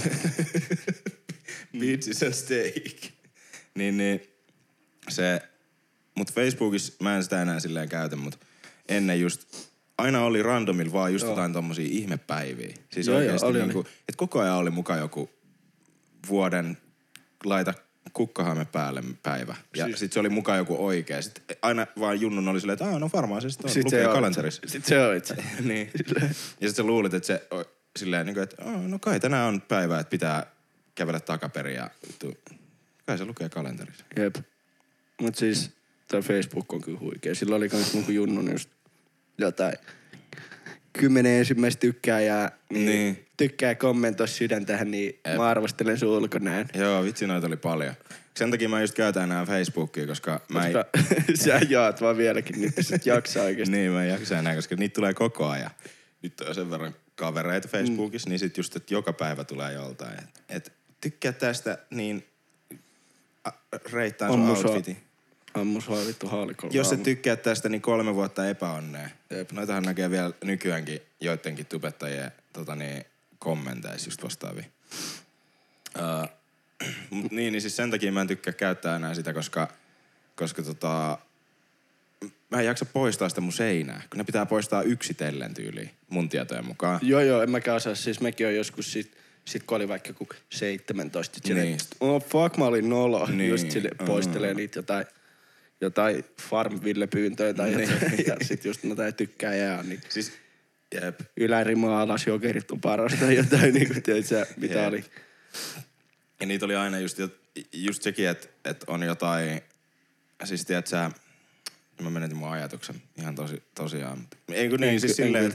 beaches and steak. Niin se... Mut Facebookissa mä en sitä enää silleen käytä, mut ennen just... Aina oli randomilla vaan just jotain tommosia ihmepäiviä. Siis oikeesti niinku... Et koko ajan oli mukaan joku vuoden laita kukkahame päälle päivä. Ja sit se oli mukaan joku oikea. Sitten aina vaan Junnun oli silleen, että no varmaan se sitten lukee kalenterissa. Sitten se on itse. Niin. Ja sit sä luulit, että se silleen niinku, että no kai tänään on päivä, että pitää kävellä takaperin ja kai se lukee kalenterissa. Jep. Mut siis toi Facebook on kyllä huikea. Sillä oli kans niinku Junnun just jotain 10 ensimmäistä tykkääjää, niin tykkää kommentoi sydäntähän, niin mä arvostelen sun ulkonäön. Joo, vitsi noita oli paljon. Sen takia mä just käytän enää Facebookia, koska mä ei... Sä jaat vaan vieläkin, nyt sit jaksaa oikeesti. Niin, mä en jaksa enää, koska niitä tulee koko ajan. Nyt on sen verran kavereita Facebookissa, niin sit just, että joka päivä tulee joltain. Et tykkää tästä, niin reittaan sun outfitin. Ammu sua vittu haalikolla. Jos et tykkää tästä, niin 3 vuotta epäonnea. Noitahan näkee vielä nykyäänkin joidenkin tubettajien kommenteissa just vastaavia. Mut niin siis sen takia mä en tykkää käyttää enää sitä, koska mä en jaksa poistaa sitä mun seinää, kun ne pitää poistaa yksitellen tyyliin mun tietojen mukaan. Joo, en mäkään osaa. Siis mekin on joskus sit kun oli vaikka joku 17, niin. Fuck mä olin nolo. Niin. Just sille poistelee niitä jotain Farmville-pyyntöjä tai jotain. Ja sit just jotain tykkääjää, niin siis, jep. Ylärima alas jokerit on parasta jotain niinku, tiedätkö mitä oli. Ja niitä oli aina just sekin, että on jotain, siis tiedätkö mä menetin mun ajatuksen ihan tosiaan. Ei kun niin, siis silleen,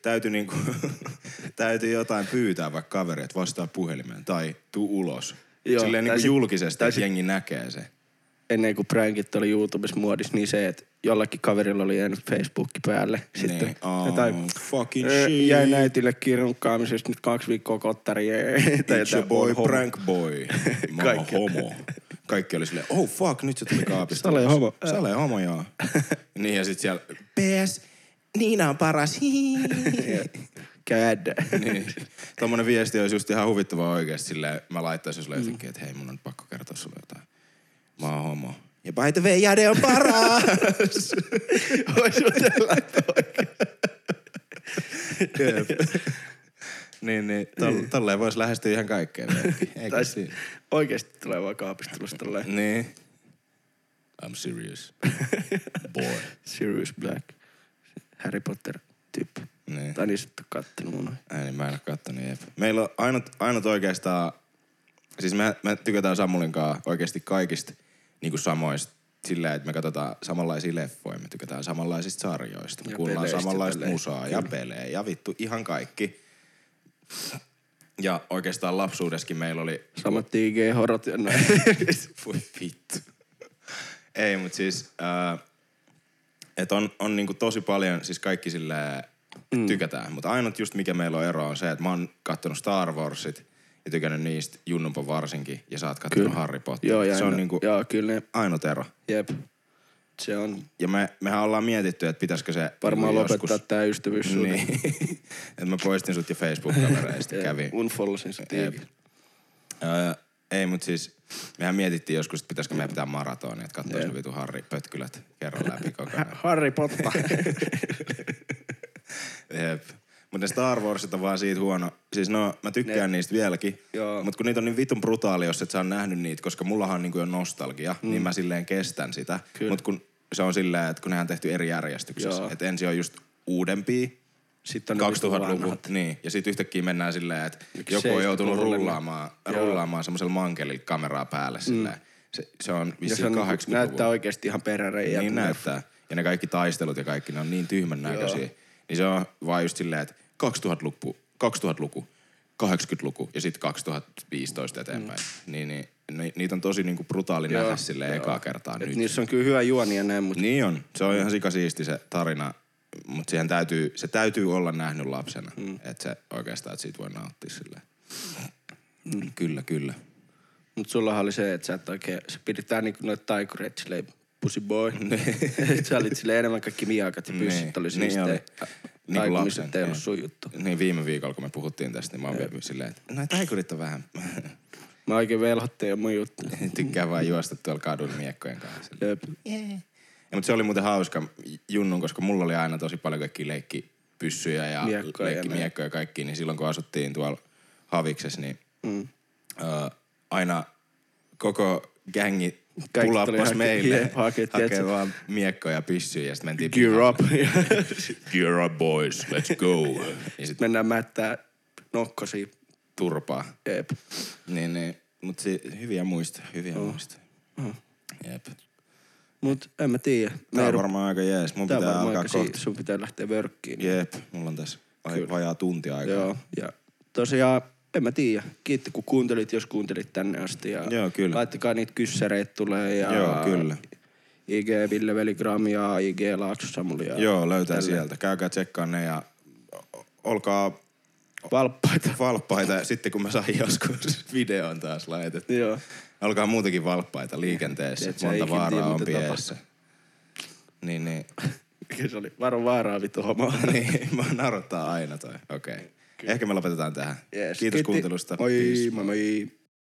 täytyy jotain pyytää vaikka kaveri, että vastaa puhelimeen tai tuu ulos. Joo, silleen niin kuin julkisesti, että jengi näkee se. Ennen kuin prankit oli YouTubessa muodissa, niin se, että jollakin kaverilla oli jäänyt Facebookki päälle. Sitten niin. Jotain fucking shit. Jäi näytille kirjonkkaamisesta nyt 2 viikkoa kottaria. It's your boy, prank boy. Mä oon homo. Kaikki oli silleen, oh fuck, nyt se tuli kaapista. Sale homo, joo. Niin ja sit siellä, PS, Niina on paras. Käydä. Niin. Tommonen viesti olisi just ihan huvittavaa oikeesti silleen, mä laittaisin sulle jotenkin, että hei mun on pakko kertoa sulle jotain. Mä oon homo. Ja by the way, Jade on paras! Ois sun sellaista oikein. Niin. Tolleen vois lähestyä ihan kaikkeen. Tai oikeesti tulee vaan kaapistelusta tolleen. Niin. I'm serious. Boy. Sirius Black. Harry Potter-tyyppi. Niin. Tai niin sä et oo kattonut mun. Ei, niin mä en oo kattonut, jep. Meillä on ainut oikeastaan... Siis me tykätään Samulinkaan oikeesti kaikista niinku samoista silleen, että me katsotaan samanlaisia leffoja, me tykätään samanlaisista sarjoista, me kuullaan samanlaista musaa ja pelejä ja vittu ihan kaikki. Ja oikeastaan lapsuudessakin meillä oli... Samat IG-horot ja näin. Voi vittu. Ei, mut siis... että on niinku tosi paljon, siis kaikki silleen tykätään. Mutta ainut just mikä meillä on ero on se, että mä oon kattonut Star Warsit ja tykännyt niistä Junnumpa varsinkin. Ja sä oot kattonut Harry Potteria. Joo, ja se on niinku kyllä ainut ero. Jep. Se on... Ja mehän ollaan mietitty, että pitäisikö se... Varmaan joskus... lopettaa tää ystävyyssuhde. Niin. Että mä poistin sut jo Facebook-kavereista ja kävin. Unfollasin sut ikinä. Ei, mut siis mehän mietittiin joskus, että pitäisikö meidän pitää maratonia, että katsois ne vitu Harry Pötkylät kerran läpi koko ajan. Harry Potter. Jep. Mut ne Star Warsit on vaan siitä huono. Siis no, mä tykkään niistä vieläkin. Mut kun niitä on niin vitun brutaali, jos et sä oon nähnyt niitä, koska mullahan on niinku jo nostalgia, niin mä silleen kestän sitä. Kyllä. Mut kun se on silleen, että kun nehän on tehty eri järjestyksessä. Että ensin on just uudempia. Sitten on 2000-luku, niin. Ja sit yhtäkkiä mennään silleen, että joku on joutunut rullaamaan semmoisella mankelilla kameraa päälle silleen. Se on vissiin 80-luvulla. Näyttää oikeesti ihan peräreijää. Niin näyttää. Ja ne kaikki taistelut ja kaikki, ne on niin tyhmän näköisiä. Niin se on vaan just silleen, että 2000-luku, 80-luku ja sit 2015 eteenpäin. Niin, niitä on tosi niinku brutaali nähdä silleen ekaa kertaa nyt. Niissä on kyllä hyvä juoni ja näin, mutta... Niin on. Se on ihan sikasiisti se tarina. Mutta se täytyy olla nähnyt lapsena, että se oikeastaan, että siitä voi nauttia silleen. Kyllä. Mut sullahan oli se, että sä et oikein, sä pidetään niinku noita taikureita silleen, pussy boy. Sä olit silleen enemmän kaikki miakat ja pyssyt oli siistejä. Taikumiset ei ollut sun juttu. Niin viime viikolla, kun me puhuttiin tästä, niin mä oon silleen, että no taikurit on vähän. Mä oikein velhoitteen ja mun juttu. Tykkää vaan juosta tuolla kadulla miekkojen kanssa. Jep. Mutta se oli muuten hauska Junnun, koska mulla oli aina tosi paljon kaikkia leikkipyssyjä ja leikkimiekkoja ja kaikki, niin silloin kun asuttiin tuolla Haviksessa, niin aina koko gängi pulappas meille hakee vaan miekkoja ja pyssyjä ja sitten mentiin Gear up. Gear up boys, let's go. Ja sitten mennään mättää nokkosia. Turpaa. Jep. Niin. Mut hyviä muistoja. Jep. Mut en mä tiedä. Tää on varmaan aika jees. Mun pitää alkaa kohta. Sun pitää lähteä vörkkiin. Jep, mulla on tässä vajaa tunti aikaa. Joo, ja tosiaan, en mä tiedä. Kiitti kun kuuntelit, jos kuuntelit tänne asti. Ja joo, kyllä. laittakaa niitä kyssäreitä tulee. Ja joo, kyllä. IG Ville Veligram ja IG Laakso Samuli. Joo, löytää sieltä. Käykää tsekkaa ne ja olkaa valppaita. Sitten kun mä sain joskus videon taas laitettu. Joo. Olkaa muutenkin valppaita liikenteessä. Monta vaaraa on piessä. Niin. Se oli vaaraa vittu homo. Niin, mä narottaa aina toi. Okei. Ehkä me lopetetaan tähän. Yes. Kiitos kuuntelusta. Moi.